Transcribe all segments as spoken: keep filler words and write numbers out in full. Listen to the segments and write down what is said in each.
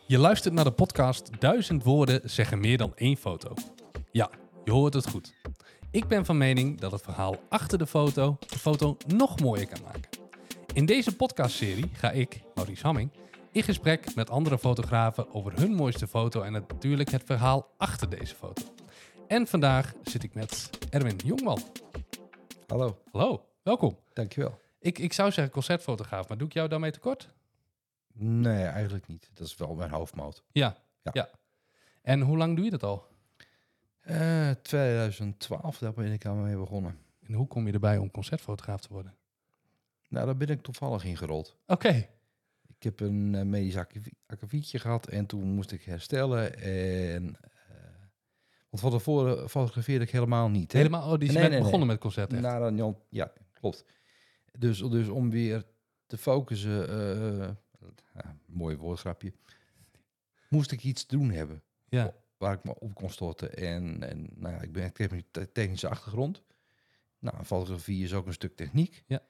Je luistert naar de podcast Duizend woorden zeggen meer dan één foto. Ja, je hoort het goed. Ik ben van mening dat het verhaal achter de foto de foto nog mooier kan maken. In deze podcastserie ga ik, Maurice Hamming, in gesprek met andere fotografen over hun mooiste foto en natuurlijk het verhaal achter deze foto. En vandaag zit ik met Erwin Jongman. Hallo, Hallo, welkom. dankjewel. Ik, ik zou zeggen concertfotograaf, maar doe ik jou daarmee tekort? Nee, eigenlijk niet. Dat is wel mijn hoofdmoot. Ja, Ja. ja. En hoe lang doe je dat al? Uh, twintig twaalf, daar ben ik aan mee begonnen. En hoe kom je erbij om concertfotograaf te worden? Nou, daar ben ik toevallig ingerold. Oké. Okay. Ik heb een uh, medisch akkefietje gehad en toen moest ik herstellen. En, uh, want van tevoren fotografeerde ik helemaal niet. Hè? Helemaal? Oh, die is nee, nee, nee, begonnen nee. met concert echt? Nou, dan, ja, klopt. Dus, dus om weer te focussen, uh, uh, mooi woordgrapje, moest ik iets te doen hebben. Ja. Waar ik me op kon storten. En, en nou ja, ik, ben, ik heb een technische achtergrond. Nou, fotografie is ook een stuk techniek. Ja.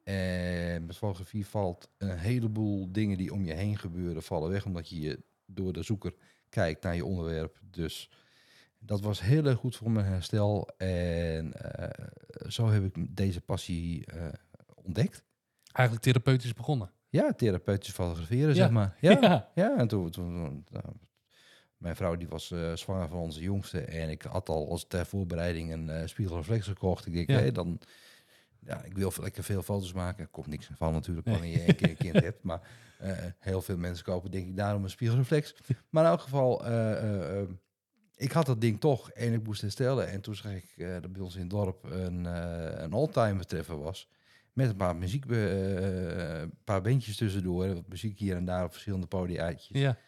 En met fotografie valt een heleboel dingen die om je heen gebeuren, vallen weg. Omdat je door de zoeker kijkt naar je onderwerp. Dus dat was heel erg goed voor mijn herstel. En uh, zo heb ik deze passie uh, ontdekt. Eigenlijk therapeutisch begonnen. Ja, therapeutisch fotograferen, ja. zeg maar. Ja, ja. ja en toen... toen uh, Mijn vrouw die was uh, zwanger van onze jongste en ik had al als ter voorbereiding een uh, spiegelreflex gekocht. Ik denk, ja. hey, dan, ja, ik wil lekker veel foto's maken. Er komt niks van natuurlijk wanneer je één keer een kind hebt. Maar uh, heel veel mensen kopen denk ik daarom een spiegelreflex. Maar in elk geval, uh, uh, uh, ik had dat ding toch en ik moest herstellen. En toen zag ik uh, dat bij ons in het dorp een, uh, een oldtimer treffer was. Met een paar muziek, uh, een paar bandjes tussendoor. Wat muziek hier en daar op verschillende podiaatjes. Ja.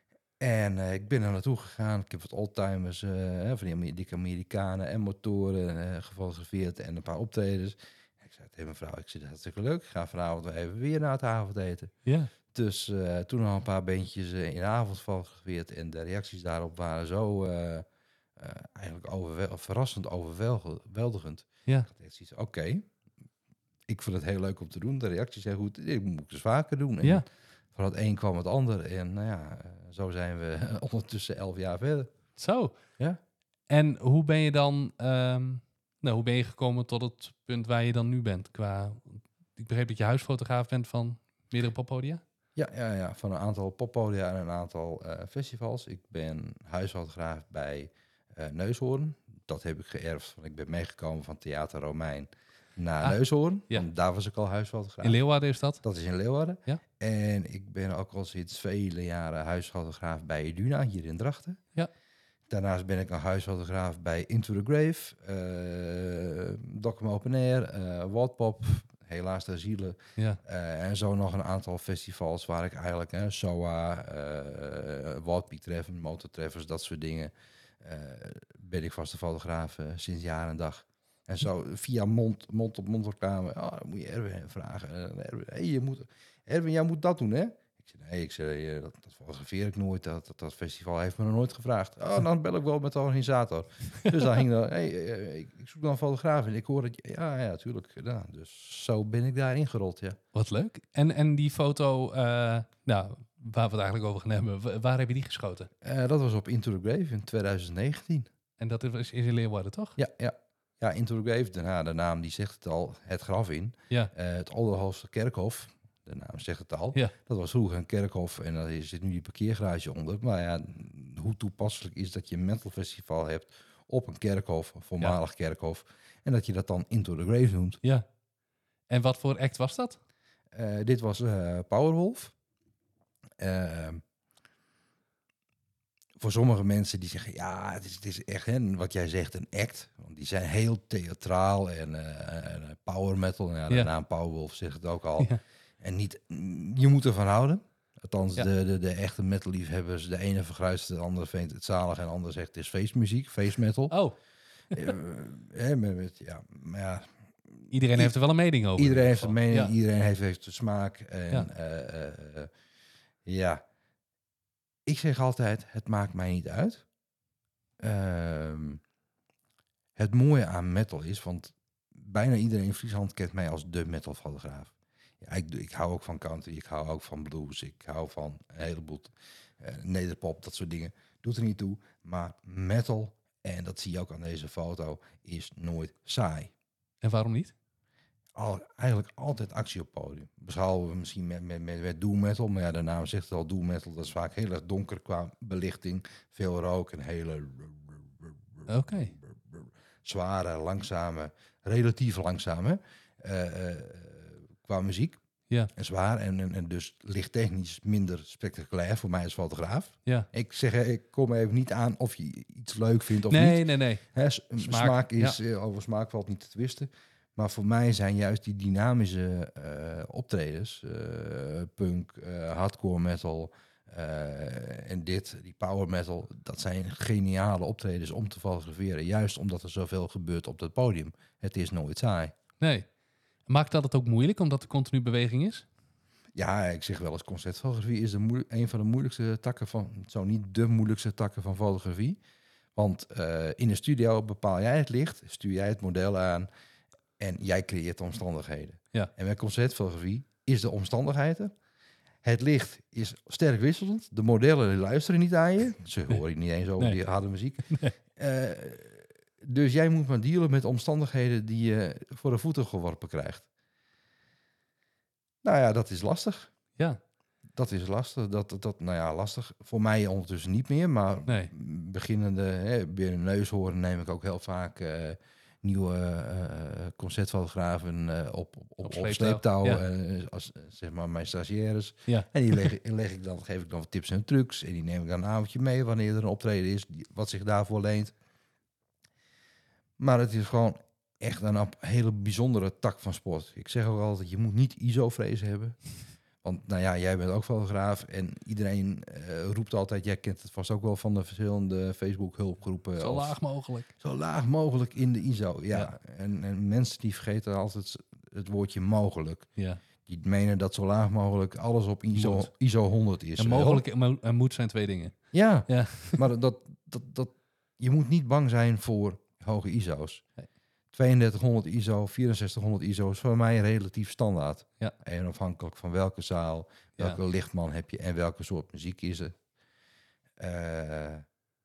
En uh, ik ben er naartoe gegaan. Ik heb wat oldtimers, uh, van die dikke Amerikanen en motoren uh, gefotografeerd en een paar optredens. En ik zei tegen mijn vrouw, ik zei, dat is hartstikke leuk. Ik ga vanavond even weer naar het avondeten. Ja. Dus uh, toen nog een paar bandjes uh, in de avond gefotografeerd. En de reacties daarop waren zo uh, uh, eigenlijk overwel- verrassend overweldigend. Ja. Ik had echt zoiets, oké. Okay. Ik vond het heel leuk om te doen. De reacties zijn goed. Ik moet het dus vaker doen. En ja. van het een kwam het ander. En nou ja, zo zijn we ondertussen elf jaar verder. Zo. Ja. En hoe ben je dan, um, nou, hoe ben je gekomen tot het punt waar je dan nu bent? Qua, ik begreep dat je huisfotograaf bent van meerdere poppodia? Ja, ja, ja, van een aantal poppodia en een aantal uh, festivals. Ik ben huisfotograaf bij uh, Neushoorn. Dat heb ik geërfd, want ik ben meegekomen van Theater Romein naar ah, Neushoorn. Ja. Daar was ik al huisfotograaf. In Leeuwarden is dat? Dat is in Leeuwarden. Ja. En ik ben ook al sinds vele jaren huisfotograaf bij Eduna, hier in Drachten. Ja. Daarnaast ben ik een huisfotograaf bij Into the Grave, uh, Dokkum Open Air, uh, Waldpop, helaas ter ziele. Ja. Uh, en zo nog een aantal festivals waar ik eigenlijk, hè, S O A, uh, Waldpeak Treffen, Motortreffers, dat soort dingen, uh, ben ik vaste fotograaf uh, sinds jaar en dag. En zo via mond, mond op mond reclame, oh, dan moet je Erwin vragen. Uh, Erwin, hey, je moet, Erwin, jij moet dat doen, hè? Ik zei, nee, ik zei, dat, dat fotografeer ik nooit. Dat, dat, dat festival heeft me nog nooit gevraagd. Oh, dan bel ik wel met de organisator. Dus dan ging er, hey, ik, ik zoek dan een fotograaf en ik hoor dat je, ja, ja, tuurlijk. Ja, dus zo ben ik daar ingerold, ja. Wat leuk. En, en die foto, uh, nou, waar we het eigenlijk over gaan hebben, waar heb je die geschoten? Uh, dat was op Into the Grave in twintig negentien. En dat is, is in Leeuwarden, toch? Ja, ja. Ja, Into the Grave, daarna, de naam die zegt het al, het graf in. Ja. Uh, het Olderhoofse kerkhof. De naam zegt het al. Ja. Dat was vroeger een kerkhof en daar zit nu die parkeergarage onder. Maar ja, hoe toepasselijk is dat je een metal festival hebt op een kerkhof, een voormalig ja. kerkhof. En dat je dat dan Into the Grave noemt. Ja. En wat voor act was dat? Uh, dit was uh, Powerwolf. Uh, voor sommige mensen die zeggen, ja, het is, het is echt, hè, wat jij zegt, een act. Want die zijn heel theatraal en uh, power metal. Nou ja, de ja. naam Powerwolf zegt het ook al. Ja. En niet, je moet ervan houden. Althans, ja. de, de, de echte metal-liefhebbers. De ene vergruist het, de andere vindt het zalig. En de ander zegt, het is feestmuziek, face metal. Oh. uh, hè, met, met, ja, maar ja, iedereen i- heeft er wel een mening over. Iedereen heeft een mening, ja. iedereen heeft, heeft de smaak. En ja. Uh, uh, uh, ja, ik zeg altijd, het maakt mij niet uit. Uh, het mooie aan metal is, want bijna iedereen in Friesland kent mij als de metalfotograaf. Ja, ik, ik hou ook van country, ik hou ook van blues, ik hou van een heleboel uh, nederpop, dat soort dingen. Doet er niet toe. Maar metal, en dat zie je ook aan deze foto, is nooit saai. En waarom niet? Al, eigenlijk altijd actie op podium. Behalve we misschien met, met, met, met doom metal. Maar ja, de naam zegt het al, doom metal. Dat is vaak heel erg donker qua belichting. Veel rook en hele... Oké. Okay. Zware, langzame, relatief langzame. Uh, uh, qua muziek. Ja. En zwaar. En, en, en dus lichttechnisch minder spectaculair voor mij als fotograaf. Ja. Ik zeg, ik kom even niet aan of je iets leuk vindt of nee, niet. Nee, nee, nee. Smaak, smaak is, ja. Over smaak valt niet te twisten. Maar voor mij zijn juist die dynamische uh, optredens, uh, punk, uh, hardcore metal uh, en dit, die power metal, dat zijn geniale optredens om te fotograferen. Juist omdat er zoveel gebeurt op dat podium. Het is nooit saai. Nee. Maakt dat het ook moeilijk, omdat er continu beweging is? Ja, ik zeg wel eens, conceptfotografie is de moe- een van de moeilijkste takken van, zo niet de moeilijkste takken van fotografie. Want uh, in de studio bepaal jij het licht, stuur jij het model aan en jij creëert de omstandigheden. Ja. En met conceptfotografie is de omstandigheden. Het licht is sterk wisselend. De modellen luisteren niet aan je. Ze horen nee. niet eens over nee. die harde muziek. Nee. Uh, dus jij moet maar dealen met omstandigheden die je voor de voeten geworpen krijgt. Nou ja, dat is lastig. Ja. Dat is lastig. Dat, dat, nou ja, lastig. Voor mij ondertussen niet meer. Maar nee. beginnende, hè, binnen neushoorn neem ik ook heel vaak uh, nieuwe uh, concertfotografen uh, op, op, op, op sleeptouw. Ja. Uh, als, zeg maar mijn stagiaires. Ja. En die leg, leg ik dan, geef ik dan tips en trucs. En die neem ik dan een avondje mee wanneer er een optreden is. Die, wat zich daarvoor leent. Maar het is gewoon echt een hele bijzondere tak van sport. Ik zeg ook altijd, je moet niet I S O-vrees hebben. Want nou ja, jij bent ook fotograaf en iedereen uh, roept altijd, jij kent het vast ook wel van de verschillende Facebook-hulpgroepen. Zo laag mogelijk. Zo laag mogelijk in de I S O, ja. ja. En, en mensen die vergeten altijd het woordje mogelijk. Ja. Die menen dat zo laag mogelijk alles op I S O, I S O honderd is. En mogelijk en, en moet zijn twee dingen. Ja, ja. Maar dat, dat, dat, je moet niet bang zijn voor hoge I S O's. Nee. tweeëndertighonderd I S O, vierenzestighonderd I S O is voor mij relatief standaard. Ja. En afhankelijk van welke zaal, welke ja. lichtman heb je en welke soort muziek is er. Uh,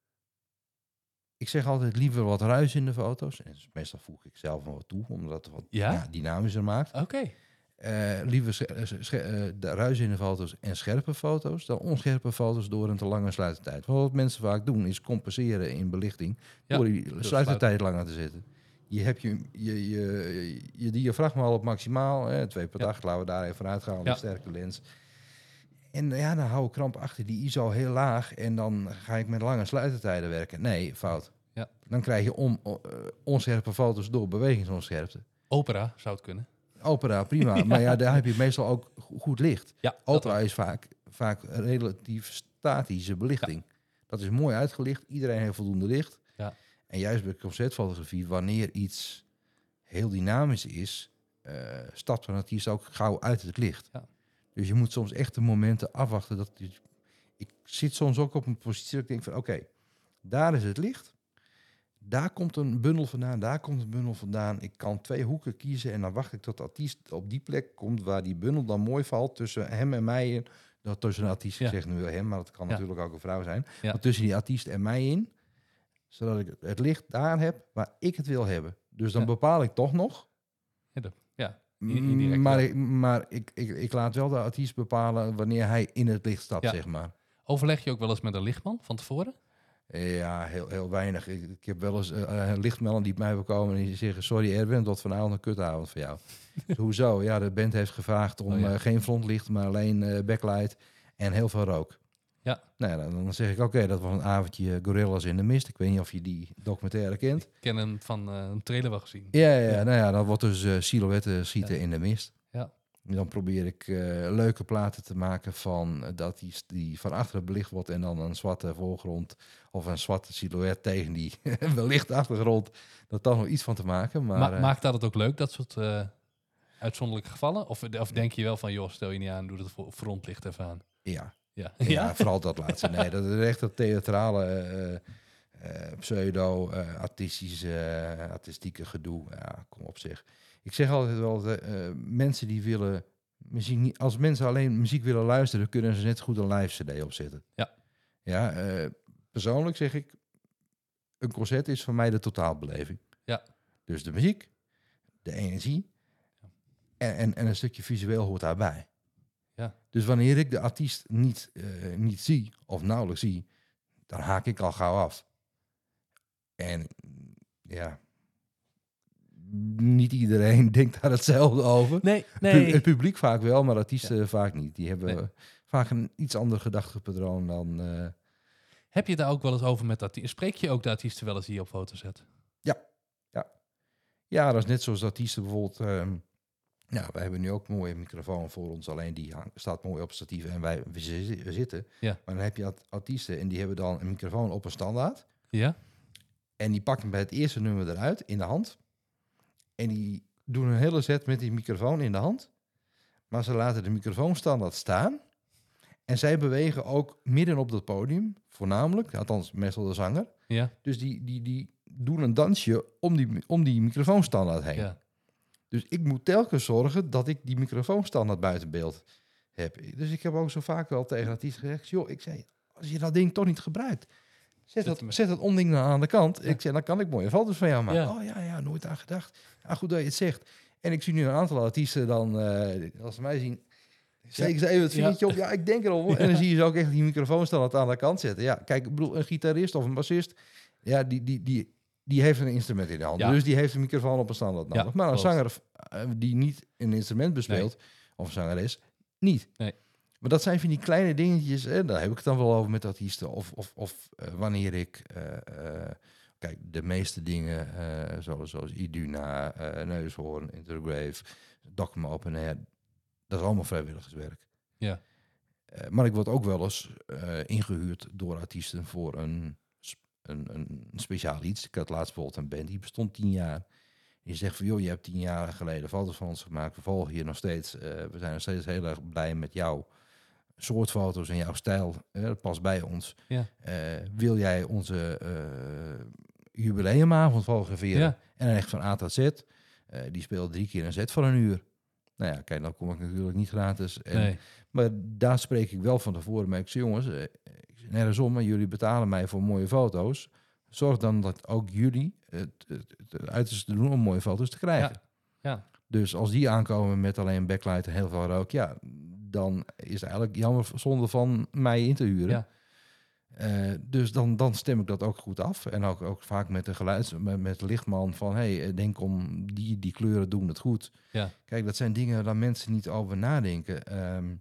ik zeg altijd liever wat ruis in de foto's. En meestal voeg ik zelf nog wat toe, omdat het wat ja? Ja, dynamischer maakt. Oké. Okay. Uh, liever scher- scher- uh, de ruis in de foto's en scherpe foto's dan onscherpe foto's door een te lange sluitertijd. Want wat mensen vaak doen is compenseren in belichting ja, door die sluitertijd langer te zetten. Je hebt je, je, je, je diafragma al op maximaal, hè, twee per ja. dag, laten we daar even vanuit gaan, ja. een sterke lens. En ja, dan hou ik kramp achter die I S O heel laag en dan ga ik met lange sluitertijden werken. Nee, fout. Ja. Dan krijg je on, uh, onscherpe foto's door bewegingsonscherpte. Opera zou het kunnen. Opera, prima. Ja. Maar ja, daar heb je meestal ook goed licht. Ja, Opera is vaak, vaak relatief statische belichting. Ja. Dat is mooi uitgelicht. Iedereen heeft voldoende licht. Ja. En juist bij concertfotografie, wanneer iets heel dynamisch is, uh, stapt een artiest ook gauw uit het licht. Ja. Dus je moet soms echt de momenten afwachten. Dat je, ik zit soms ook op een positie dat ik denk van oké, okay, daar is het licht. Daar komt een bundel vandaan, daar komt een bundel vandaan. Ik kan twee hoeken kiezen en dan wacht ik tot de artiest op die plek komt waar die bundel dan mooi valt tussen hem en mij in. Dat tussen de artiest, ja. ik zeg nu wel hem, maar dat kan ja. natuurlijk ook een vrouw zijn. Ja. Maar tussen die artiest en mij in, zodat ik het licht daar heb waar ik het wil hebben. Dus dan ja. bepaal ik toch nog. Ja, de, ja indirect, maar ik, maar ik, ik, ik laat wel de artiest bepalen wanneer hij in het licht stapt, ja. zeg maar. Overleg je ook wel eens met een lichtman van tevoren? Ja, heel, heel weinig. Ik, ik heb wel eens uh, een lichtmelden die bij mij wil komen en die zeggen, sorry Erwin, wat vanavond een kutavond voor jou. Dus hoezo? Ja, de band heeft gevraagd om oh, ja. uh, geen frontlicht, maar alleen uh, backlight en heel veel rook. Ja. Nou ja, dan, dan zeg ik, oké, okay, dat was een avondje Gorillas in de Mist. Ik weet niet of je die documentaire kent. Ik ken hem van uh, een trailer wel gezien. Ja, ja, ja. Nou ja, dat wordt dus uh, silhouetten schieten ja. in de mist. Ja. En dan probeer ik uh, leuke platen te maken van uh, dat die, die van achteren belicht wordt en dan een zwarte voorgrond of een zwarte silhouet tegen die belichte achtergrond. Dat dan nog iets van te maken. Maar, Ma- uh, maakt dat het ook leuk, dat soort uh, uitzonderlijke gevallen? Of, of denk je wel van, joh, stel je niet aan, doe het frontlicht even aan? Ja. Ja. ja, ja, vooral dat laatste. Nee, dat is echt dat theatrale, uh, uh, pseudo, uh, artistische, uh, artistieke gedoe. Ja, kom op zich. Ik zeg altijd wel, dat, uh, mensen die willen muziek niet, als mensen alleen muziek willen luisteren, kunnen ze net goed een live cd opzetten. Ja. Ja, uh, persoonlijk zeg ik, een concert is voor mij de totaalbeleving. Ja. Dus de muziek, de energie ja. en, en, en een stukje visueel hoort daarbij. Ja. Dus wanneer ik de artiest niet, uh, niet zie of nauwelijks zie, dan haak ik al gauw af. En ja, niet iedereen denkt daar hetzelfde over. Nee, nee. Het publiek vaak wel, maar artiesten ja. vaak niet. Die hebben nee. vaak een iets ander gedachtepatroon dan... Uh... Heb je daar ook wel eens over met artiesten? Spreek je ook de artiesten wel eens die je op foto zet? Ja, ja. Ja, dat is net zoals artiesten bijvoorbeeld... Um, ja, wij hebben nu ook een mooie microfoon voor ons. Alleen die hang, staat mooi op statief en wij we z- we zitten. Ja. Maar dan heb je artiesten en die hebben dan een microfoon op een standaard. Ja. En die pakken bij het eerste nummer eruit in de hand. En die doen een hele set met die microfoon in de hand. Maar ze laten de microfoonstandaard staan. En zij bewegen ook midden op dat podium, voornamelijk. Althans, meestal de zanger. Ja. Dus die, die, die doen een dansje om die, om die microfoonstandaard heen. Ja. Dus ik moet telkens zorgen dat ik die microfoonstandaard buiten beeld heb. Dus ik heb ook zo vaak wel tegen artiesten gezegd... joh, ik zei, als je dat ding toch niet gebruikt... Zet dat, zet dat onding dan aan de kant. Ja. Ik zei, dan kan ik mooie foto's van jou maken. Ja. Oh ja, ja, nooit aan gedacht. Ja, goed dat je het zegt. En ik zie nu een aantal artiesten dan, uh, als ze mij zien... steken ja. ze even het vingertje ja. op. Ja, ik denk erom. Ja. En dan zie je ze ook echt die microfoonstandaard aan de kant zetten. Ja, kijk, ik bedoel, een gitarist of een bassist... ja, die, die, die, die heeft een instrument in de hand. Ja. Dus die heeft een microfoon op een standaard nodig. Ja, maar een zanger uh, die niet een instrument bespeelt... Nee. of een zangeres, niet. Nee. Maar dat zijn van die kleine dingetjes, hè, daar heb ik het dan wel over met artiesten. Of, of, of uh, wanneer ik, uh, uh, kijk, de meeste dingen, uh, zoals, zoals Iduna, uh, Neushoorn, Into the Grave, Dogma Open Air, dat is allemaal vrijwilligerswerk. Ja. Uh, maar ik word ook wel eens uh, ingehuurd door artiesten voor een, een, een speciaal iets. Ik had laatst bijvoorbeeld een band, die bestond tien jaar. Je zegt van, joh, je hebt tien jaar geleden foto's van ons gemaakt. We volgen je nog steeds. Uh, we zijn nog steeds heel erg blij met jou. Soort foto's en jouw stijl, uh, dat past bij ons. Ja. Uh, wil jij onze uh, jubileumavond fotograferen? Ja. En dan echt van A tot Z. Uh, die speelt drie keer een set voor een uur. Nou ja, kijk, dan kom ik natuurlijk niet gratis. En, nee. Maar daar spreek ik wel van tevoren. Maar ik zeg, jongens, uh, nergens om, maar jullie betalen mij voor mooie foto's. Zorg dan dat ook jullie het, het, het uiterste doen om mooie foto's te krijgen. Ja. Ja. Dus als die aankomen met alleen backlight en heel veel rook, ja, dan is het eigenlijk jammer zonde van mij in te huren. Ja. Uh, dus dan, dan stem ik dat ook goed af. En ook, ook vaak met de geluids, met, met de lichtman van, hey, denk om die, die kleuren doen het goed. Ja. Kijk, dat zijn dingen waar mensen niet over nadenken. Um,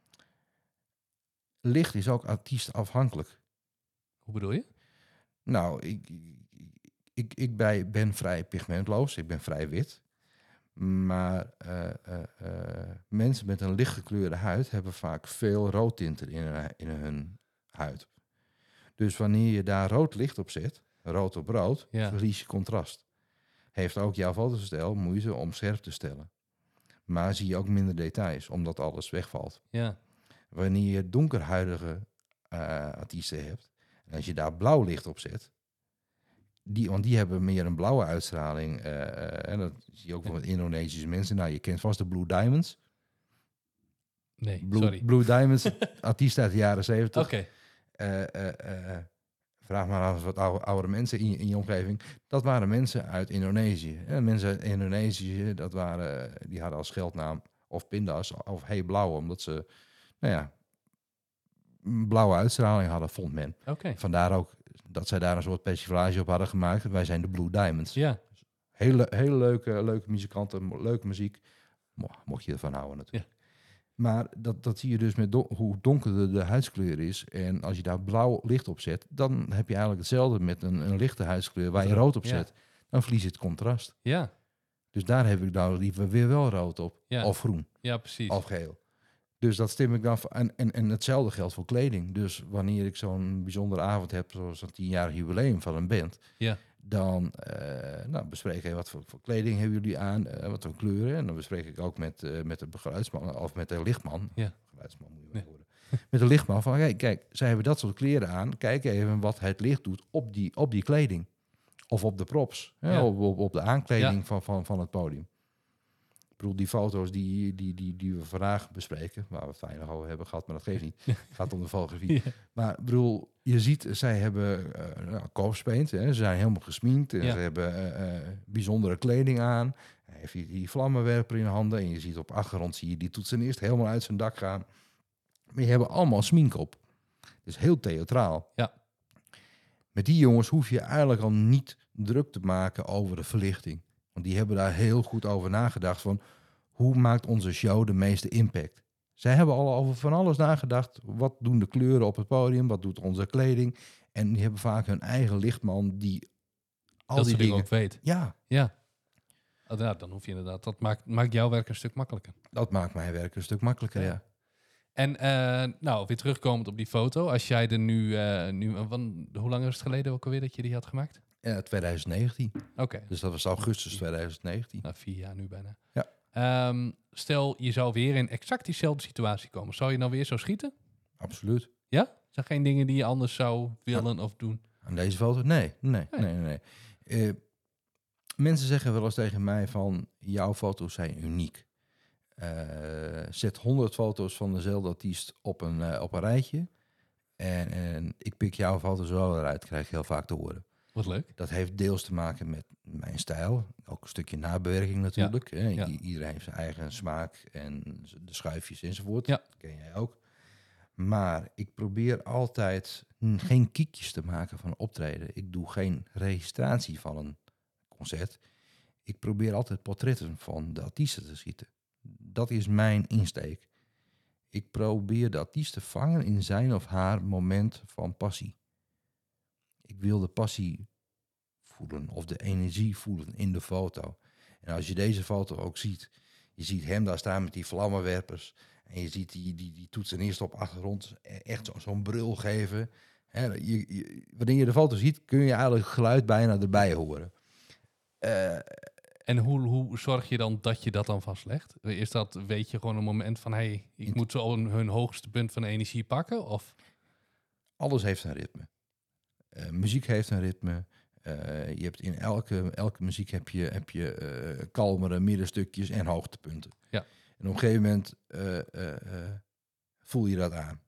licht is ook artiestafhankelijk. Hoe bedoel je? Nou, ik, ik, ik bij, ben vrij pigmentloos. Ik ben vrij wit. Maar uh, uh, uh, mensen met een lichtgekleurde huid hebben vaak veel roodtinten in hun, in hun huid. Dus wanneer je daar rood licht op zet, rood op rood, ja. verlies je contrast. Heeft ook jouw fotostijl moeite om scherp te stellen. Maar zie je ook minder details, omdat alles wegvalt. Ja. Wanneer je donkerhuidige uh, artiesten hebt, en als je daar blauw licht op zet, die, want die hebben meer een blauwe uitstraling. Uh, en dat zie je ook wel met Indonesische mensen. Nou, je kent vast de Blue Diamonds. Nee, Blue, sorry. Blue Diamonds, artiest uit de jaren zeventig. Oké. Okay. Uh, uh, uh, vraag maar aan wat oude, oude mensen in je, in je omgeving. Dat waren mensen uit Indonesië. En mensen uit Indonesië, dat waren, die hadden als scheldnaam of pindas of hey blauw, omdat ze, nou ja, blauwe uitstraling hadden, vond men. Okay. Vandaar ook dat zij daar een soort persiflage op hadden gemaakt. Wij zijn de Blue Diamonds. Ja. Hele, hele leuke, leuke muzikanten, leuke muziek. Mo- mocht je ervan houden natuurlijk. Ja. Maar dat, dat zie je dus met do- hoe donkerder de huidskleur is. En als je daar blauw licht op zet, dan heb je eigenlijk hetzelfde met een, een lichte huidskleur waar je rood op zet. Ja. Dan verlies je het contrast. Ja. Dus daar heb ik nou liever weer wel rood op. Ja. Of groen. Ja, precies. Of geel. Dus dat stem ik dan voor. En, en, en hetzelfde geldt voor kleding. Dus wanneer ik zo'n bijzondere avond heb, zoals een tienjarig jubileum van een band, ja. dan uh, nou, bespreek ik wat voor, voor kleding hebben jullie aan, uh, wat voor kleuren. En dan bespreek ik ook met, uh, met de geluidsman of met de lichtman. Ja. Geluidsman moet je wel horen. Met de lichtman van, kijk, kijk, zij hebben dat soort kleren aan. Kijk even wat het licht doet op die, op die kleding. Of op de props. Hè, ja. op, op, op de aankleding ja. van, van, van het podium. bedoel, die foto's die, die, die, die we vandaag bespreken, waar we het weinig over hebben gehad, maar dat geeft niet. Het gaat om de fotografie. Ja. Maar ik bedoel, je ziet, zij hebben uh, nou, corpse paint, hè, ze zijn helemaal gesminkt en Ja. ze hebben uh, uh, bijzondere kleding aan. Hij heeft die, die vlammenwerper in handen en je ziet op achtergrond, zie je die toetsen eerst helemaal uit zijn dak gaan. Maar je hebben allemaal smink op. Dus heel theatraal. Ja. Met die jongens hoef je eigenlijk al niet druk te maken over de verlichting. Want die hebben daar heel goed over nagedacht van hoe maakt onze show de meeste impact. Zij hebben al over van alles nagedacht. Wat doen de kleuren op het podium? Wat doet onze kleding? En die hebben vaak hun eigen lichtman die al dat die soort dingen... dingen ook weet. Ja, Ja. Oh, ja, dan hoef je inderdaad... Dat maakt, maakt jouw werk een stuk makkelijker. dat maakt mijn werk een stuk makkelijker, ja. Ja. En uh, nou, weer terugkomend op die foto. Als jij er nu... Uh, nu van, hoe lang is het geleden ook alweer dat je die had gemaakt? Ja, twintig negentien. Oké. Okay. Dus dat was augustus twintig negentien. Nou, vier jaar nu bijna. Ja. Um, stel, je zou weer in exact diezelfde situatie komen. Zou je nou weer zo schieten? Absoluut. Ja? Zijn er geen dingen die je anders zou willen ja. of doen? Aan deze foto? Nee, nee, nee, nee. nee. Uh, mensen zeggen wel eens tegen mij van, jouw foto's zijn uniek. Uh, zet honderd foto's van dezelfde artiest op een, uh, op een rijtje. En, en ik pik jouw foto's wel eruit, krijg je heel vaak te horen. Wat leuk. Dat heeft deels te maken met mijn stijl. Ook een stukje nabewerking natuurlijk. Ja. Hè? Ja. I- iedereen heeft zijn eigen smaak en de schuifjes enzovoort. Ja. Dat ken jij ook. Maar ik probeer altijd geen kiekjes te maken van een optreden. Ik doe geen registratie van een concert. Ik probeer altijd portretten van de artiesten te schieten. Dat is mijn insteek. Ik probeer de artiest te vangen in zijn of haar moment van passie. Ik wil de passie voelen of de energie voelen in de foto. En als je deze foto ook ziet, je ziet hem daar staan met die vlammenwerpers en je ziet die, die, die toetsen eerst op achtergrond echt zo, zo'n brul geven. He, je, je, wanneer je de foto ziet, kun je eigenlijk het geluid bijna erbij horen. Uh, en hoe, hoe zorg je dan dat je dat dan vastlegt? Is dat, weet je, gewoon een moment van, hé, hey, ik moet zo hun, hun hoogste punt van energie pakken? Of? Alles heeft een ritme. Uh, muziek heeft een ritme. Uh, je hebt in elke, elke muziek heb je, heb je uh, kalmere middenstukjes en hoogtepunten. Ja. En op een gegeven moment uh, uh, uh, voel je dat aan.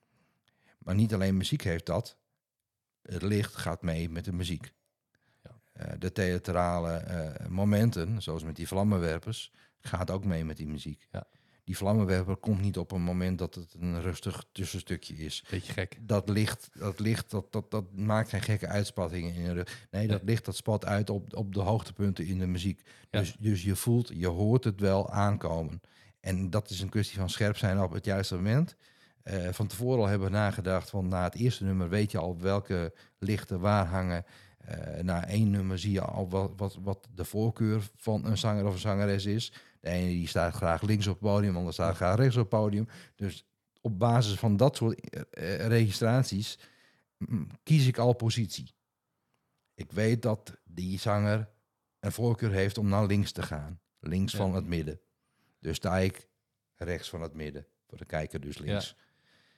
Maar niet alleen muziek heeft dat. Het licht gaat mee met de muziek. Ja. Uh, de theatrale uh, momenten, zoals met die vlammenwerpers, gaat ook mee met die muziek. Ja. Die vlammenwerper komt niet op een moment dat het een rustig tussenstukje is. Beetje gek. Dat licht, dat, licht dat, dat, dat maakt geen gekke uitspattingen in de rug. Nee, dat ja. licht dat spat uit op, op de hoogtepunten in de muziek. Ja. Dus, dus je voelt, je hoort het wel aankomen. En dat is een kwestie van scherp zijn op het juiste moment. Uh, van tevoren al hebben we nagedacht van na het eerste nummer weet je al welke lichten waar hangen. Uh, na één nummer zie je al wat, wat, wat de voorkeur van een zanger of een zangeres is. De ene die staat graag links op het podium, de ander staat graag rechts op het podium. Dus op basis van dat soort uh, registraties mm, kies ik al positie. Ik weet dat die zanger een voorkeur heeft om naar links te gaan. Links ja. van het midden. Dus sta ik rechts van het midden. Voor de kijker dus links. Ja.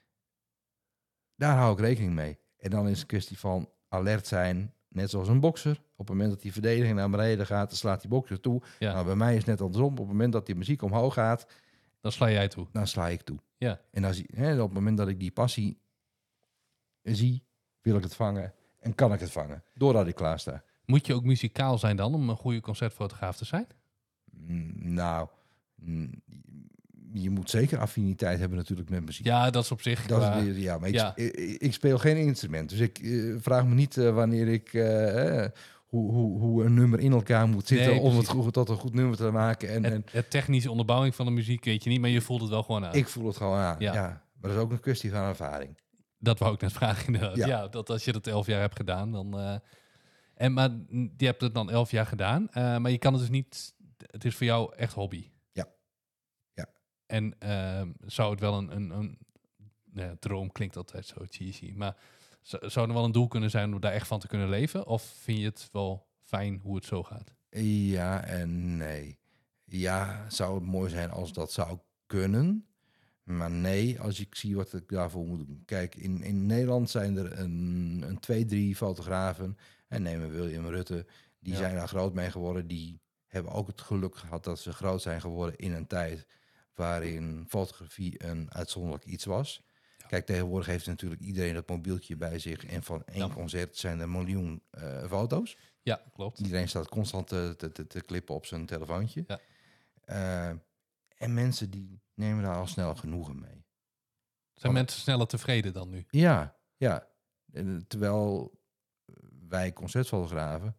Daar hou ik rekening mee. En dan is het een kwestie van alert zijn. Net zoals een bokser. Op het moment dat die verdediging naar beneden gaat, dan slaat die bokser toe. Ja. Nou, bij mij is het net andersom. Op het moment dat die muziek omhoog gaat, dan sla jij toe. Dan sla ik toe. Ja. En als, hè, op het moment dat ik die passie zie, wil ik het vangen. En kan ik het vangen. Doordat ik klaar sta. Moet je ook muzikaal zijn dan om een goede concertfotograaf te zijn? Mm, nou, mm, je moet zeker affiniteit hebben natuurlijk met muziek. Ja, dat is op zich. Dat qua... is, ja, maar ik, ja. ik, ik speel geen instrument. Dus ik uh, vraag me niet uh, wanneer ik... Uh, uh, Hoe, hoe, hoe een nummer in elkaar moet zitten nee, om het goed, tot een goed nummer te maken. En, het, en het technische onderbouwing van de muziek weet je niet, maar je voelt het wel gewoon aan. Ik voel het gewoon aan, ja. ja. Maar dat is ook een kwestie van ervaring. Dat wou ik net vragen inderdaad. Ja, ja dat als je dat elf jaar hebt gedaan, dan... Uh, en, maar je hebt het dan elf jaar gedaan, uh, maar je kan het dus niet... Het is voor jou echt hobby. Ja. Ja. En uh, zou het wel een... een, een nou ja, droom klinkt altijd zo cheesy, maar zou er wel een doel kunnen zijn om daar echt van te kunnen leven? Of vind je het wel fijn hoe het zo gaat? Ja en nee. Ja, zou het mooi zijn als dat zou kunnen. Maar nee, als ik zie wat ik daarvoor moet doen. Kijk, in, in Nederland zijn er een, een twee, drie fotografen. En nemen William Rutte. Die ja. zijn daar groot mee geworden. Die hebben ook het geluk gehad dat ze groot zijn geworden in een tijd waarin fotografie een uitzonderlijk iets was. Ja. Kijk, tegenwoordig heeft natuurlijk iedereen dat mobieltje bij zich en van één ja. concert zijn er een miljoen uh, foto's. Ja, klopt. Iedereen staat constant te, te, te, te klippen op zijn telefoontje. Ja. Uh, en mensen die nemen daar al snel genoegen mee. Zijn Want, mensen sneller tevreden dan nu? Ja, ja. En, terwijl wij concertfotografen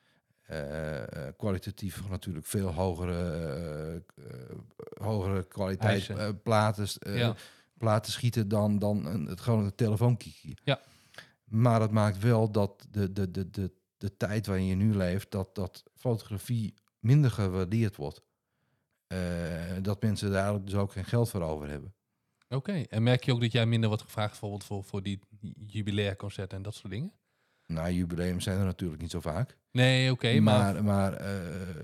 Uh, kwalitatief natuurlijk veel hogere, uh, uh, hogere kwaliteit uh, platen, uh, ja. platen schieten dan, dan een, het gewoon een telefoonkiekje. Ja. Maar dat maakt wel dat de, de, de, de, de tijd waarin je nu leeft, dat, dat fotografie minder gewaardeerd wordt. Uh, dat mensen daar eigenlijk dus ook geen geld voor over hebben. Oké, okay. En merk je ook dat jij minder wordt gevraagd bijvoorbeeld voor, voor die jubilairconcerten en dat soort dingen? Nou, jubileum zijn er natuurlijk niet zo vaak. Nee, oké. Okay, maar maar, maar uh,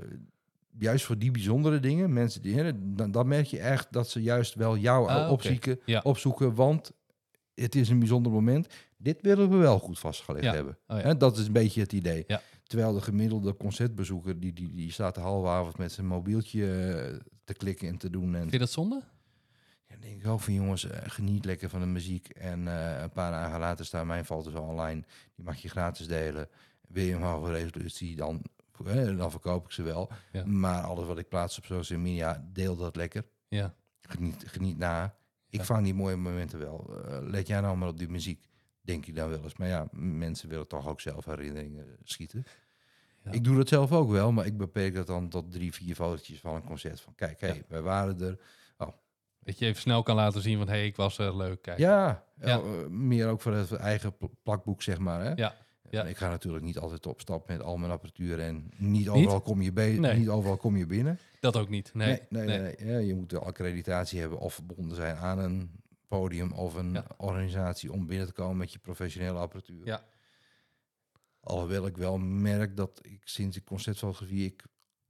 juist voor die bijzondere dingen, mensen die, hè, dan, dan merk je echt dat ze juist wel jou ah, opzoeken, okay. ja. opzoeken, want het is een bijzonder moment. Dit willen we wel goed vastgelegd ja. hebben. Oh, ja. Hè, dat is een beetje het idee. Ja. Terwijl de gemiddelde concertbezoeker, die, die, die staat de halve avond met zijn mobieltje uh, te klikken en te doen. En vind je dat zonde? Ja, denk ik ook van jongens, uh, geniet lekker van de muziek. En uh, een paar dagen later staan mijn foto's al online. Die mag je gratis delen. Wil je een hoge resolutie, dan, eh, dan verkoop ik ze wel. Ja. Maar alles wat ik plaats op social media, deel dat lekker. Ja. Geniet, geniet na. Ik ja. vang die mooie momenten wel. Uh, let jij nou maar op die muziek, denk ik dan wel eens. Maar ja, mensen willen toch ook zelf herinneringen schieten. Ja. Ik doe dat zelf ook wel, maar ik beperk dat dan tot drie, vier fotootjes van een concert. Van kijk, hé, hey, ja. wij waren er. Oh. Dat je even snel kan laten zien van, hé, hey, ik was er, leuk, kijk. Ja, ja. Uh, meer ook voor het eigen plakboek, zeg maar. Hè? Ja. Ja. Ik ga natuurlijk niet altijd op stap met al mijn apparatuur en niet overal, niet? Kom, je be- nee. niet overal kom je binnen. Dat ook niet, nee. Nee, nee, nee. nee. Ja, je moet de accreditatie hebben of verbonden zijn aan een podium of een ja. organisatie om binnen te komen met je professionele apparatuur. Ja. Alhoewel ik wel merk dat ik sinds de concertfotografie ik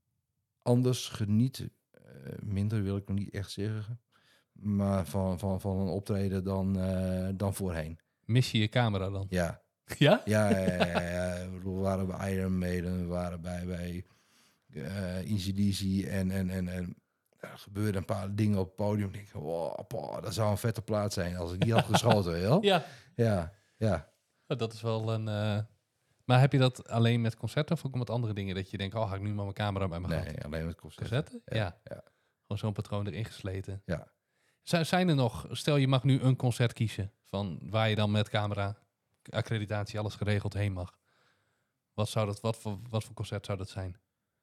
anders geniet, uh, minder wil ik nog niet echt zeggen, maar van, van, van een optreden dan, uh, dan voorheen. Mis je je camera dan? Ja. Ja? Ja, ja, ja, ja. We waren bij Iron Maiden, we waren bij, bij uh, A C D C en, en, en, en er gebeurden een paar dingen op het podium. Ik denk, wow, poh, dat zou een vette plaat zijn als ik die had geschoten, wel. Ja. Ja, ja. Oh, dat is wel een... Uh... Maar heb je dat alleen met concerten of ook met andere dingen? Dat je denkt, oh, ga ik nu maar mijn camera bij me gaan? Nee, alleen met concerten. Concerten? Ja. ja. ja. Gewoon zo'n patroon erin gesleten. Ja. Z- zijn er nog, stel je mag nu een concert kiezen, van waar je dan met camera, accreditatie, alles geregeld heen mag. Wat zou dat, wat voor, wat voor concert zou dat zijn?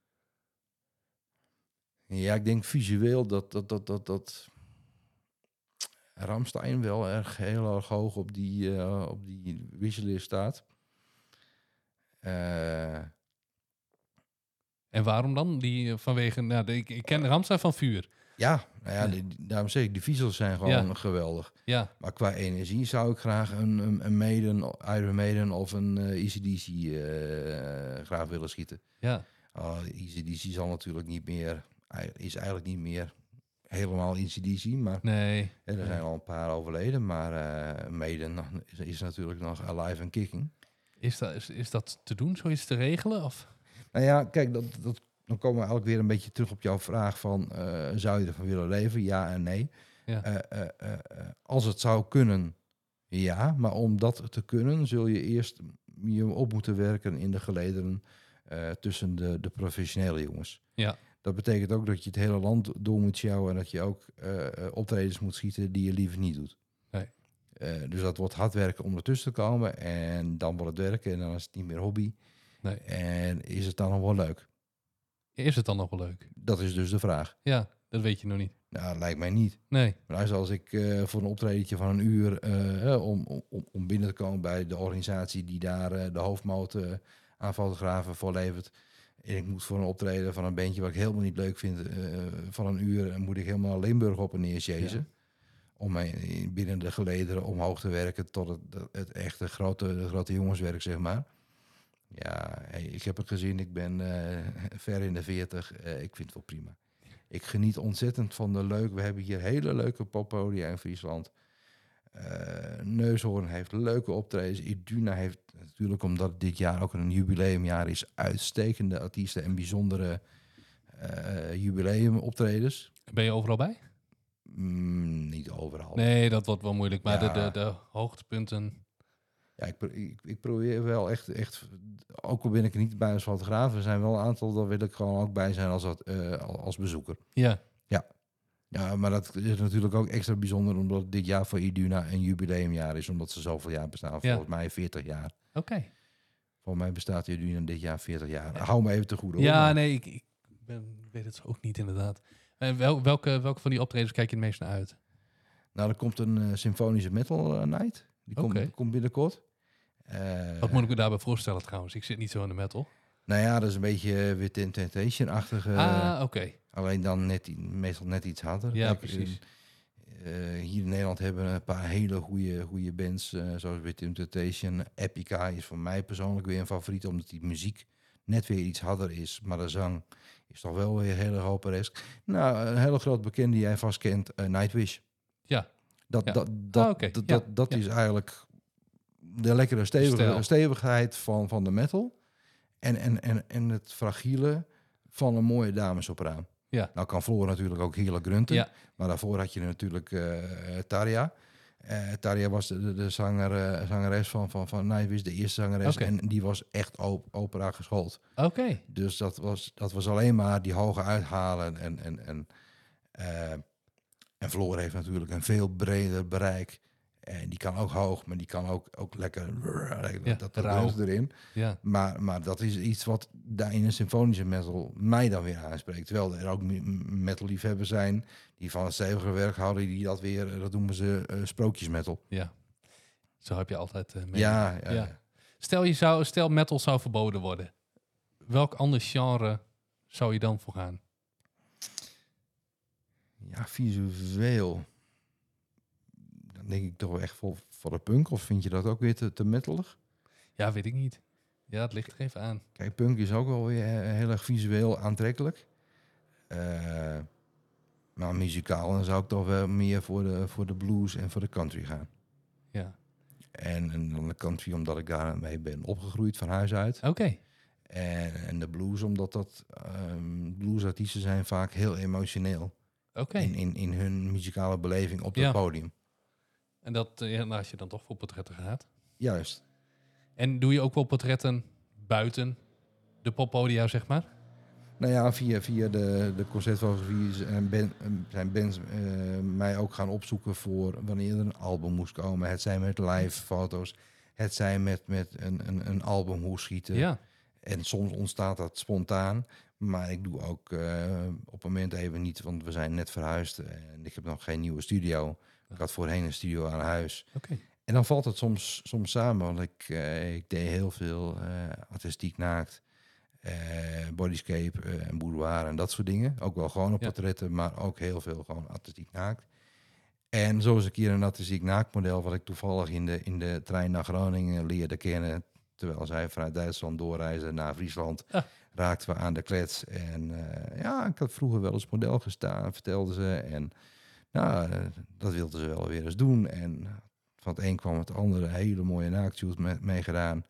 Ja, ik denk visueel dat, dat, dat, dat, dat Rammstein wel erg heel erg hoog op die, uh, op die wishlist staat. Uh, en waarom dan? Die vanwege, nou, de, ik, ik ken Rammstein van vuur. Ja, nou ja, die, daarom zeg ik, die visuals zijn gewoon ja. geweldig. Ja. Maar qua energie zou ik graag een, een, een Maiden, Iron Maiden of een uh, A C D C uh, graag willen schieten. Ja. Uh, A C D C zal natuurlijk niet meer, is eigenlijk niet meer helemaal A C D C, maar nee. er nee. zijn al een paar overleden, maar uh, Maiden is, is natuurlijk nog alive and kicking. Is dat, is, is dat te doen, zoiets te regelen? Of? Nou ja, kijk, dat, dat, dan komen we eigenlijk weer een beetje terug op jouw vraag van, uh, zou je ervan willen leven? Ja en nee. Ja. Uh, uh, uh, als het zou kunnen, ja. Maar om dat te kunnen, zul je eerst je op moeten werken in de gelederen uh, tussen de, de professionele jongens. Ja. Dat betekent ook dat je het hele land door moet sjouwen en dat je ook uh, optredens moet schieten die je liever niet doet. Nee. Uh, dus dat wordt hard werken om ertussen te komen en dan wordt het werken en dan is het niet meer hobby. Nee. En is het dan nog wel leuk? Is het dan nog wel leuk? Dat is dus de vraag. Ja, dat weet je nog niet. Nou, dat lijkt mij niet. Nee. Maar als ik uh, voor een optredentje van een uur uh, om, om, om binnen te komen bij de organisatie die daar uh, de hoofdmoot uh, aan fotografen voor levert. En ik moet voor een optreden van een bandje wat ik helemaal niet leuk vind, uh, van een uur moet ik helemaal naar Limburg op en neer chasen. Ja. Om mij binnen de gelederen omhoog te werken tot het, het echte grote, de grote jongenswerk, zeg maar. Ja, hey, ik heb het gezien, ik ben uh, ver in de veertig, uh, ik vind het wel prima. Ik geniet ontzettend van de leuk. We hebben hier hele leuke poppodia in Friesland. Uh, Neushoorn heeft leuke optredens. Iduna heeft natuurlijk, omdat dit jaar ook een jubileumjaar is, uitstekende artiesten en bijzondere uh, jubileumoptredens. Ben je overal bij? Mm, niet overal. Nee, dat wordt wel moeilijk. Maar Ja. de, de, de hoogtepunten... Ja, ik, ik, ik probeer wel echt, echt, ook al ben ik er niet bij als fotograaf, er zijn wel een aantal, daar wil ik gewoon ook bij zijn als, uh, als bezoeker. Ja. Ja. Ja, maar dat is natuurlijk ook extra bijzonder, omdat dit jaar voor Iduna een jubileumjaar is, omdat ze zoveel jaar bestaan. Ja. Volgens mij veertig jaar. Oké. Okay. Volgens mij bestaat Iduna dit jaar veertig jaar. Ja. Hou me even te goede. Hoor, ja, maar. nee, ik, ik ben, weet het ook niet inderdaad. En wel, welke, welke van die optredens kijk je het meest naar uit? Nou, er komt een uh, symfonische metal uh, night. Die komt, okay. komt binnenkort. Uh, Wat moet ik me daarbij voorstellen trouwens? Ik zit niet zo in de metal. Nou ja, dat is een beetje Within Temptation-achtige. Ah, oké. Okay. Alleen dan net, meestal net iets harder. Ja, Kijk, precies. Uh, hier in Nederland hebben we een paar hele goede, goede bands, uh, zoals Within Temptation. Epica is voor mij persoonlijk weer een favoriet, omdat die muziek net weer iets harder is. Maar de zang is toch wel weer heel erg operesk. Nou, een hele groot bekende die jij vast kent, uh, Nightwish. Ja. Dat, ja. dat, dat, ah, okay. dat, ja. dat, dat ja. is eigenlijk de lekkere stevige, stevigheid van, van de metal. En, en, en, en het fragiele van een mooie damesopraan. Ja. Nou kan Floor natuurlijk ook heerlijk grunten. Ja. Maar daarvoor had je natuurlijk uh, Tarja. Uh, Tarja was de, de, de zanger, uh, zangeres van, van, van Nightwish, de eerste zangeres. Okay. En die was echt op, opera geschoold. Oké. Okay. Dus dat was, dat was alleen maar die hoge uithalen. En, en, en, uh, en Floor heeft natuurlijk een veel breder bereik. En die kan ook hoog, maar die kan ook, ook lekker... Ja, dat rauw erin. Ja. Maar, maar dat is iets wat daar in een symfonische metal mij dan weer aanspreekt. Terwijl er ook metal-liefhebbers zijn die van het stevige werk houden, die dat weer, dat noemen ze uh, sprookjesmetal. Ja, zo heb je altijd uh, mee. Ja, ja, ja. ja. Stel, je zou, stel metal zou verboden worden. Welk ander genre zou je dan voor gaan? Ja, visueel... denk ik toch wel echt voor, voor de punk? Of vind je dat ook weer te, te metalig? Ja, weet ik niet. Ja, het ligt er even aan. Kijk, punk is ook wel weer heel erg visueel aantrekkelijk. Uh, maar muzikaal dan zou ik toch wel meer voor de, voor de blues en voor de country gaan. Ja. En, en dan de country omdat ik daarmee ben opgegroeid van huis uit. Oké. Okay. En, en de blues omdat dat um, bluesartiesten zijn vaak heel emotioneel. Oké. Okay. In, in, in hun muzikale beleving op het ja. podium. En dat ja, als je dan toch voor portretten gaat. Juist. En doe je ook wel portretten buiten de poppodia, zeg maar? Nou ja, via, via de, de concertfotografie zijn, ben, zijn bands uh, mij ook gaan opzoeken voor wanneer er een album moest komen. Het zijn met live foto's, het zijn met, met een, een, een album hoe schieten. Ja. En soms ontstaat dat spontaan. Maar ik doe ook uh, op het moment even niet, want we zijn net verhuisd en ik heb nog geen nieuwe studio. Ik had voorheen een studio aan huis. Okay. En dan valt het soms, soms samen, want ik, uh, ik deed heel veel uh, artistiek naakt, uh, bodyscape uh, en boudoir en dat soort dingen. Ook wel gewoon op ja. portretten, maar ook heel veel gewoon artistiek naakt. En zo is een keer een artistiek naaktmodel, wat ik toevallig in de, in de trein naar Groningen leerde kennen, terwijl zij vanuit Duitsland doorreisden naar Friesland, ah. raakten we aan de klets. En uh, ja, ik had vroeger wel eens model gestaan, vertelde ze. En nou, dat wilden ze wel weer eens doen. En van het een kwam het andere, hele mooie naaktshoots mee, mee gedaan.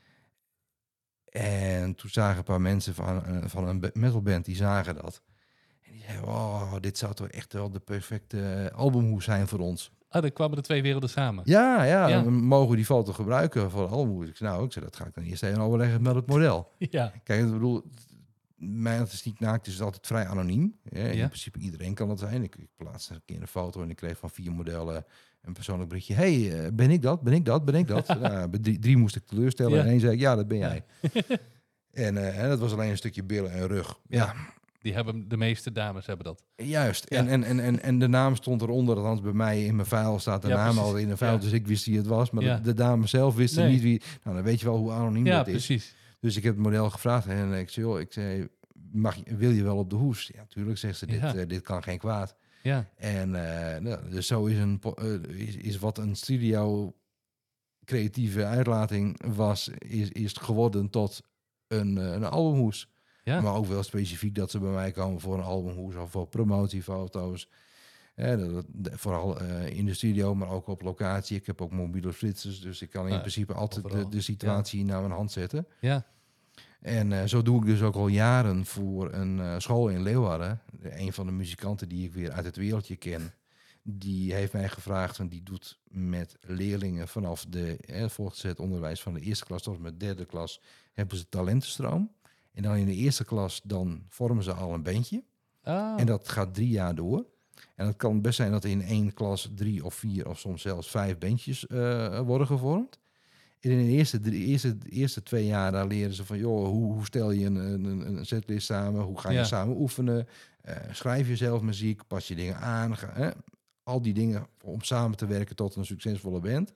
En toen zagen een paar mensen van, van een metalband, die zagen dat. En die zeiden, oh, dit zou toch echt wel de perfecte albumhoes zijn voor ons. Ah, dan kwamen de twee werelden samen. Ja, ja, ja. Mogen we die foto gebruiken voor albumhoes? Ik zei, nou, ik zei, dat ga ik dan eerst even overleggen met het model. Ja. Kijk, ik bedoel, mijn artistiek naakt is altijd vrij anoniem. Ja, in ja. principe iedereen kan dat zijn. Ik, ik plaatste een keer een foto en ik kreeg van vier modellen een persoonlijk berichtje. Hey, uh, ben ik dat? Ben ik dat? Ben ik dat? nou, bij drie, drie moest ik teleurstellen ja. en één zei ik, ja, dat ben jij. Ja. en, uh, en dat was alleen een stukje billen en rug. Ja. ja. Die hebben, de meeste dames hebben dat. Juist. Ja. En, en, en, en, en de naam stond eronder. Althans bij mij in mijn file staat de ja, naam al in een file. Ja. Dus ik wist wie het was. Maar ja. de, de dame zelf wist nee. niet wie. Nou, dan weet je wel hoe anoniem ja, dat is. Precies. Dus ik heb het model gevraagd. En ik zei, joh, ik zei, mag je, wil je wel op de hoes? Ja, tuurlijk, zegt ze. Dit, ja. uh, dit kan geen kwaad. Ja. En uh, nou, dus zo is, een, uh, is, is wat een studio creatieve uitlating was, is, is geworden tot een, uh, een albumhoes. Ja. Maar ook wel specifiek dat ze bij mij komen voor een albumhoes of voor promotiefoto's. Ja, dat, dat, vooral uh, in de studio, maar ook op locatie. Ik heb ook mobiele flitsers, dus ik kan in uh, principe altijd de, de situatie ja. naar mijn hand zetten. Ja. En uh, zo doe ik dus ook al jaren voor een uh, school in Leeuwarden. Een van de muzikanten die ik weer uit het wereldje ken, die heeft mij gevraagd, en die doet met leerlingen vanaf de eh, voortgezet onderwijs van de eerste klas tot en met de derde klas, hebben ze talentenstroom. En dan in de eerste klas, dan vormen ze al een bandje. Oh. En dat gaat drie jaar door. En het kan best zijn dat in één klas drie of vier of soms zelfs vijf bandjes uh, worden gevormd. En in de eerste, de eerste, de eerste twee jaar daar leren ze van, joh, hoe, hoe stel je een, een, een setlist samen? Hoe ga je Ja. samen oefenen? Uh, schrijf je zelf muziek? Pas je dingen aan? Ga, hè? Al die dingen om samen te werken tot een succesvolle band.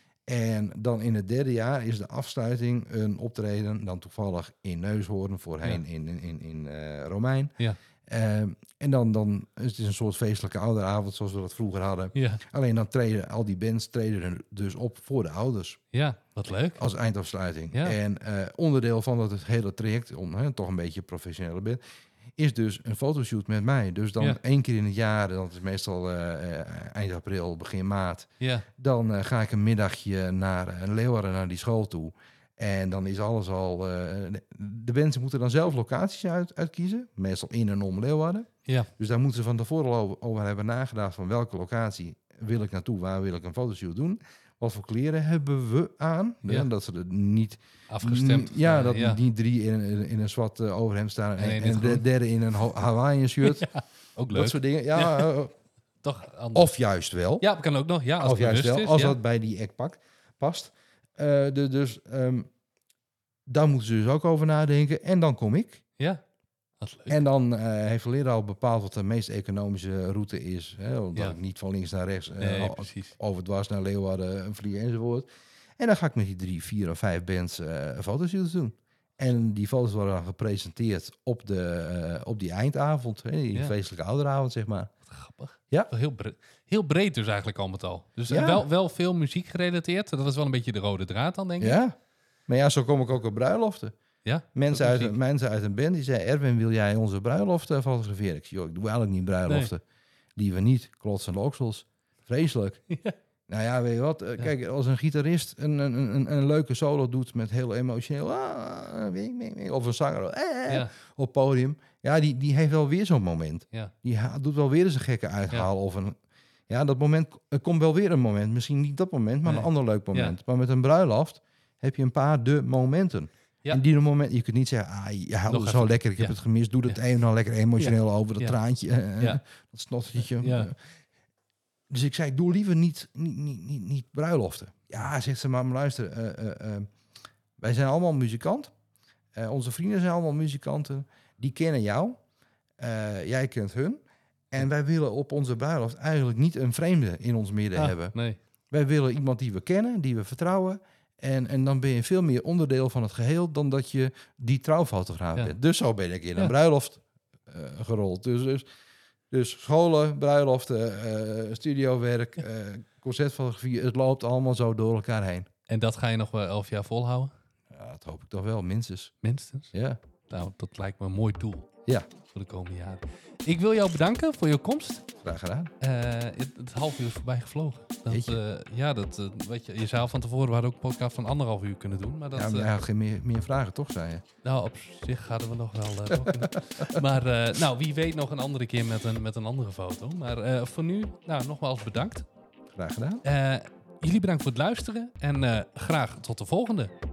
En dan in het derde jaar is de afsluiting een optreden, dan toevallig in Neushoorn, voorheen ja. in, in, in, in uh, Romein. Ja. Uh, en dan, dan is het een soort feestelijke ouderavond zoals we dat vroeger hadden. Ja. Alleen dan treden al die bands treden er dus op voor de ouders. Ja, wat leuk. Als eindafsluiting. Ja. En uh, onderdeel van dat het hele traject, om hè, toch een beetje professionele band, is dus een fotoshoot met mij. Dus dan ja. één keer in het jaar, dat is meestal uh, uh, eind april, begin maart. Ja. Dan uh, ga ik een middagje naar uh, Leeuwarden, naar die school toe. En dan is alles al... Uh, de, de mensen moeten dan zelf locaties uit, uitkiezen. Meestal in en om Leeuwarden. Ja. Dus daar moeten ze van tevoren over, over hebben nagedacht van welke locatie wil ik naartoe, waar wil ik een fotoshoot doen. Wat voor kleren hebben we aan? Ja. Ja, dat ze er niet... Afgestemd. N- ja, dat ja. niet drie in, in, in een zwart uh, overhemd staan en, en, en de derde in een Hawaiian shirt. Ja, ook leuk. Dat soort dingen. Ja, ja. Uh, Toch anders. Of juist wel. Ja, kan ook nog. Ja, als of juist wel, is, als ja. dat bij die act pakt, past. Uh, de, dus um, daar moeten ze dus ook over nadenken. En dan kom ik. Ja, dat is leuk. En dan uh, heeft de leraar al bepaald wat de meest economische route is. Hè, omdat ja. ik niet van links naar rechts, uh, nee, al, over dwars naar Leeuwarden, vliegen enzovoort. En dan ga ik met die drie, vier of vijf bands uh, fotoshoots doen. En die foto's worden dan gepresenteerd op, de, uh, op die eindavond. Hè, die ja. feestelijke ouderavond, zeg maar. Wat grappig. Ja. Heel, bre- heel breed dus eigenlijk al met al. Dus ja. wel, wel veel muziek gerelateerd. Dat is wel een beetje de rode draad dan, denk ik. Ja. Maar ja, zo kom ik ook op bruiloften. Ja, mensen, uit een, mensen uit een band die zei, Erwin, wil jij onze bruiloften fotograferen? Ik zei, joh, ik doe eigenlijk niet bruiloften. Nee. Liever niet, klotsende oksels. Vreselijk. Ja. Nou ja, weet je wat? Ja. Kijk, als een gitarist een, een, een, een leuke solo doet met heel emotioneel... Ah, of een zanger eh, ja. op het podium. Ja, die, die heeft wel weer zo'n moment. Ja. Die ha- doet wel weer eens een gekke uithaal. Ja. Of een, ja, dat moment, er komt wel weer een moment. Misschien niet dat moment, maar nee. een ander leuk moment. Ja. Maar met een bruiloft heb je een paar de momenten. Ja. En die moment, je kunt niet zeggen, ah, je houdt het zo lekker, ik ja. heb het gemist, doe het ja. een nou lekker emotioneel ja. over dat ja. traantje, uh, ja. dat snottertje. Ja. Dus ik zei, ik doe liever niet, niet, niet, niet, niet bruiloften. Ja, zegt ze, maar, maar luister, uh, uh, uh, wij zijn allemaal muzikant. Uh, onze vrienden zijn allemaal muzikanten. Die kennen jou. Uh, jij kent hun. En wij willen op onze bruiloft eigenlijk niet een vreemde in ons midden ah, hebben. Nee. Wij willen iemand die we kennen, die we vertrouwen. En, en dan ben je veel meer onderdeel van het geheel dan dat je die trouwfotograaf ja. bent. Dus zo ben ik in een ja. bruiloft uh, gerold. Dus, dus, dus scholen, bruiloften, uh, studiowerk, uh, concertfotografie. Het loopt allemaal zo door elkaar heen. En dat ga je nog wel elf jaar volhouden? Ja, dat hoop ik toch wel, minstens. Minstens? Ja. Nou, dat lijkt me een mooi doel. Ja. Voor de komende jaren. Ik wil jou bedanken voor je komst. Graag gedaan. Uh, het, het half uur is voorbij gevlogen. Dat, uh, ja, dat, uh, weet je, je zei al van tevoren, we hadden ook een podcast van anderhalf uur kunnen doen. Maar dat, ja, maar jij had geen meer, meer vragen, toch, zei je? Nou, op zich hadden we nog wel uh, door kunnen. Maar uh, nou, wie weet nog een andere keer met een, met een andere foto. Maar uh, voor nu, nou, nogmaals bedankt. Graag gedaan. Uh, jullie bedankt voor het luisteren en uh, graag tot de volgende.